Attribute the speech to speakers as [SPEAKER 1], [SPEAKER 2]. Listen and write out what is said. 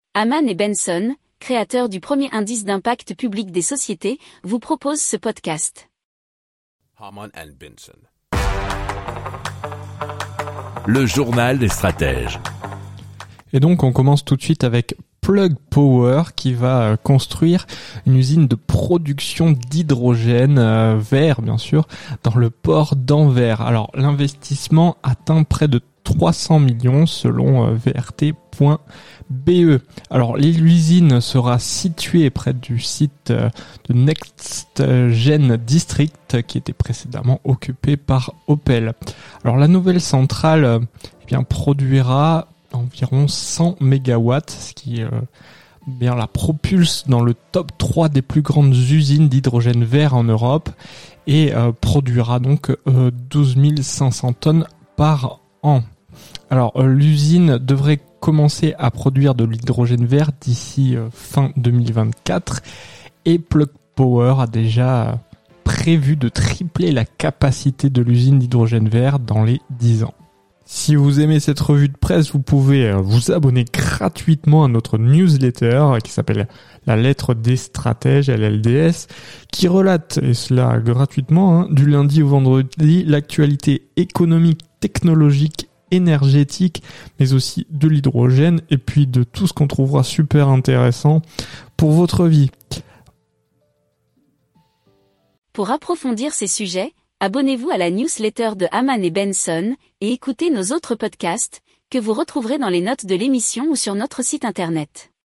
[SPEAKER 1] Hamann et Benson, créateurs du premier indice d'impact public des sociétés, vous proposent ce podcast.
[SPEAKER 2] Hamann and Benson.
[SPEAKER 3] Le journal des stratèges.
[SPEAKER 4] Et donc on commence tout de suite avec Plug Power qui va construire une usine de production d'hydrogène vert bien sûr dans le port d'Anvers. Alors l'investissement atteint près de 300 millions selon VRT.be. Alors l'usine sera située près du site de NextGen District qui était précédemment occupé par Opel. Alors la nouvelle centrale produira environ 100 mégawatts, ce qui la propulse dans le top 3 des plus grandes usines d'hydrogène vert en Europe et produira donc 12 500 tonnes par an. Alors l'usine devrait commencer à produire de l'hydrogène vert d'ici fin 2024 et Plug Power a déjà prévu de tripler la capacité de l'usine d'hydrogène vert dans les 10 ans. Si vous aimez cette revue de presse, vous pouvez vous abonner gratuitement à notre newsletter qui s'appelle La Lettre des Stratèges, LLDS, qui relate, et cela gratuitement, du lundi au vendredi, l'actualité économique, technologique, énergétique, mais aussi de l'hydrogène, et puis de tout ce qu'on trouvera super intéressant pour votre vie.
[SPEAKER 1] Pour approfondir ces sujets, abonnez-vous à la newsletter de Hamann et Benson et écoutez nos autres podcasts que vous retrouverez dans les notes de l'émission ou sur notre site internet.